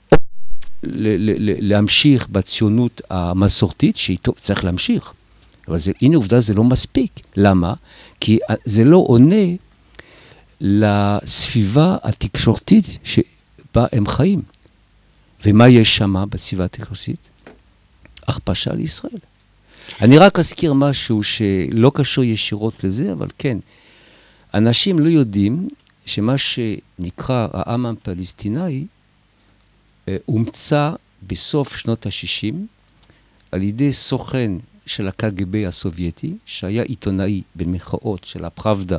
להמשיך בציונות המסורתית, שהיא צריך להמשיך. אבל זה, הנה עובדה, זה לא מספיק. למה? כי זה לא עונה לסביבה התקשורתית שבה הם חיים. ומה יש שם בסביבה התקשורתית? הכפשה לישראל. אני רק אזכיר משהו שלא קשור ישירות לזה, אבל כן. אנשים לא יודעים שמה שנקרא העם הפלסטיני, הומצא בסוף שנות ה-שישים על ידי סוכן של ה-קה גה בה הסובייטי, שהיה עיתונאי במחאות של הפראבדה,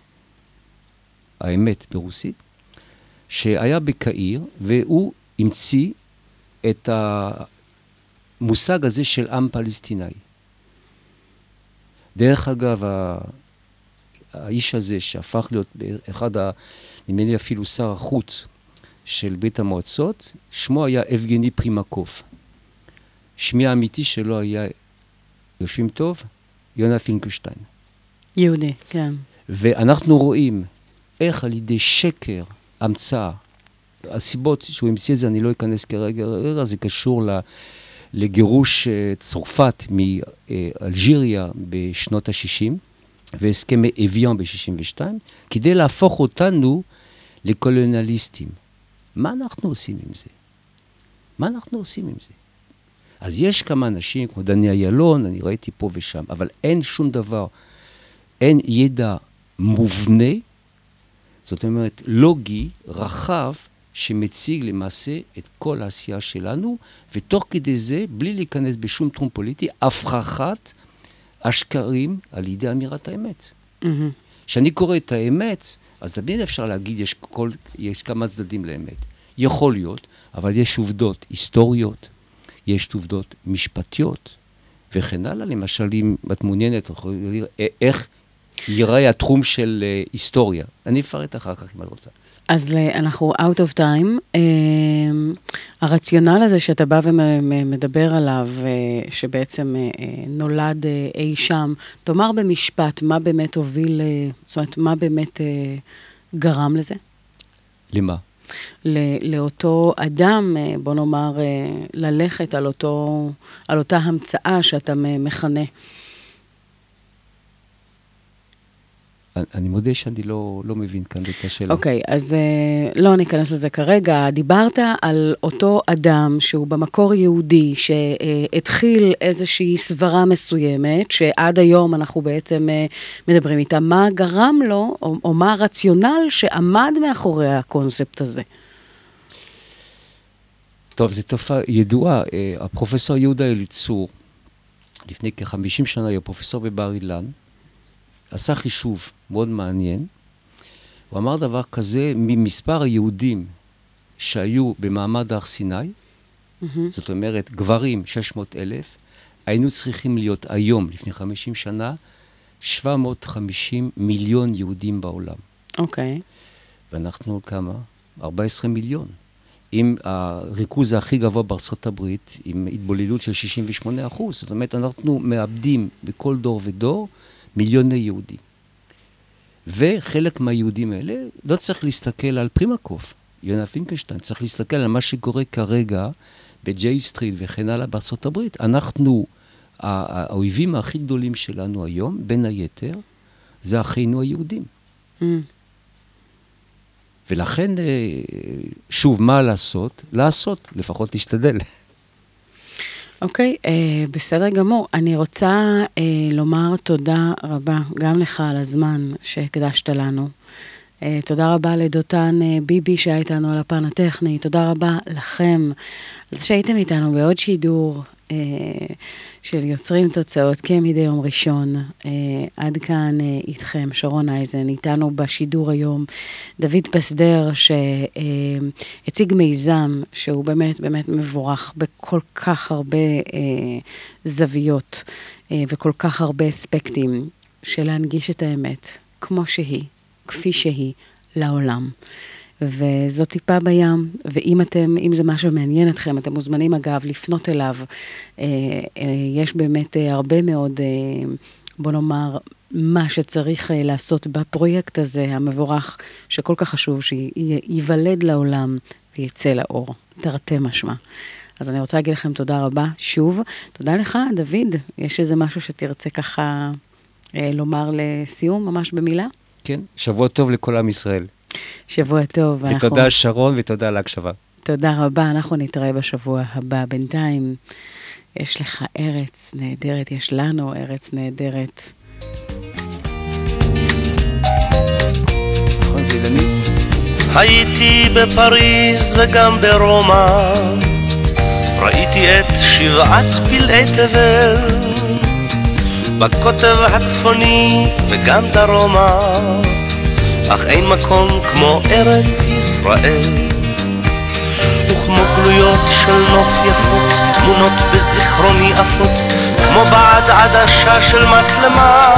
האמת ברוסית, שהיה בקהיר, והוא המציא את המושג הזה של עם פלסטיני. דרך אגב, ה... האיש הזה שהפך להיות אחד, ה... נדמה לי אפילו שר החוץ של בית המועצות, שמו היה אבגני פרימקוף. שמי האמיתי שלו היה, יושבים טוב, יונה פינקלשטיין. יהודי, כן. ואנחנו רואים איך על ידי שקר, המצאה, הסיבות שהוא המציא את זה, אני לא אכנס כרגע, זה קשור לגירוש צרפת מאלג'יריה בשנות ה-שישים, והסכמי אביאן ב-שישים ושתיים, כדי להפוך אותנו לקולוניאליסטים. מה אנחנו עושים עם זה? מה אנחנו עושים עם זה? אז יש כמה אנשים, כמו דני איילון, אני ראיתי פה ושם, אבל אין שום דבר, אין ידע מובנה, זאת אומרת, לוגי, רחב, שמציג למעשה את כל העשייה שלנו, ותוך כדי זה, בלי להיכנס בשום תחום פוליטי, הפרחת השקרים על ידי אמירת האמת. כשאני קורא את האמת, אז תמיד אפשר להגיד, יש, כל, יש כמה צדדים לאמת. יכול להיות, אבל יש עובדות היסטוריות, יש עובדות משפטיות, וכן הלאה. למשל, אם את מעוניינת, איך ייראה התחום של uh, היסטוריה. אני אפרט אחר כך אם את רוצה. אז אנחנו out of time. הרציונל הזה שאתה בא ומדבר עליו, שבעצם נולד אי שם, תאמר במשפט, מה באמת הוביל, זאת אומרת, מה באמת גרם לזה? למה? לאותו אדם, בוא נאמר, ללכת על אותו, על אותה המצאה שאתה מכנה. אני מודה שאני לא, לא מבין כאן את השאלה. אוקיי, okay, אז לא ניכנס לזה כרגע. דיברת על אותו אדם שהוא במקור יהודי, שהתחיל איזושהי סברה מסוימת, שעד היום אנחנו בעצם מדברים איתה. מה גרם לו, או, או מה הרציונל שעמד מאחורי הקונספט הזה? טוב, זו תופעה ידועה. הפרופסור יהודה אליצור, לפני כ-חמישים שנה, היה פרופסור בבר אילן, עשה חישוב מאוד מעניין. הוא אמר דבר כזה, ממספר היהודים שהיו במעמד הר סיני, mm-hmm. זאת אומרת, גברים שש מאות אלף, היינו צריכים להיות היום, לפני חמישים שנה, שבע מאות וחמישים מיליון יהודים בעולם. אוקיי. Okay. ואנחנו כמה? ארבעה עשר מיליון. עם הריכוז הכי גבוה בארצות הברית, עם התבוללות של שישים ושמונה אחוז. זאת אומרת, אנחנו מאבדים בכל דור ודור, מיליוני יהודים. וחלק מהיהודים האלה לא צריך להסתכל על פרימקוף, יונה פינקלשטיין, צריך להסתכל על מה שקורה כרגע בג'יי סטריט וכן הלאה בארצות הברית. אנחנו, האויבים הכי גדולים שלנו היום, בין היתר, זה אחינו היהודים. Mm. ולכן, שוב, מה לעשות? לעשות, לפחות להשתדל. אוקיי, okay, uh, בסדר גמור. אני רוצה uh, לומר תודה רבה גם לך על הזמן שהקדשת לנו. Uh, תודה רבה לדותן uh, ביבי שהיה איתנו על הפן הטכני. תודה רבה לכם על זה שהייתם איתנו בעוד שידור uh, של יוצרים תוצאות כמדי יום ראשון. Uh, עד כאן uh, איתכם, שרון אייזן, איתנו בשידור היום, דוד פסדר שהציג uh, מיזם שהוא באמת באמת מבורך בכל כך הרבה uh, זוויות uh, וכל כך הרבה אספקטים של להנגיש את האמת כמו שהיא, כפי שהיא, לעולם. וזאת טיפה בים, ואם אתם, אם זה משהו מעניין אתכם, אתם מוזמנים אגב לפנות אליו. אה, אה, יש באמת אה, הרבה מאוד, אה, בוא נאמר, מה שצריך אה, לעשות בפרויקט הזה, המבורך, שכל כך חשוב שיוולד לעולם ויצא לאור, תרתי משמע. אז אני רוצה להגיד לכם תודה רבה, שוב. תודה לך, דוד. יש איזה משהו שתרצה ככה אה, לומר לסיום, ממש במילה? כן, שבוע טוב לכל עם ישראל. שבוע טוב. ותודה אנחנו... שרון ותודה על ההקשבה. תודה רבה, אנחנו נתראה בשבוע הבא. בינתיים, יש לך ארץ נהדרת, יש לנו ארץ נהדרת. נכון, זה אילנית. הייתי בפריז וגם ברומא, ראיתי את שבעת פלאי תבל, בקוטב הצפוני וגם דרומה, אך אין מקום כמו ארץ ישראל, וכמו גלויות תמונות של נוף יפות, תמונות בזיכרוני עפות, כמו בעד עדשה של מצלמה.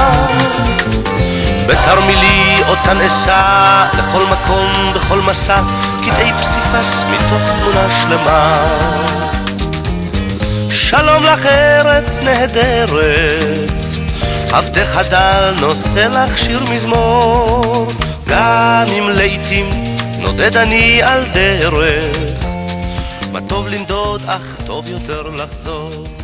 בתרמילי אותן אסע, לכל מקום, בכל מסע, קטעי פסיפס מתוך תמונה שלמה. שלום לך ארץ נהדרת, עבדך הדל נושא לך שיר מזמור, גם אם לעתים נודד אני על דרך, מה טוב לנדוד אך טוב יותר לחזור.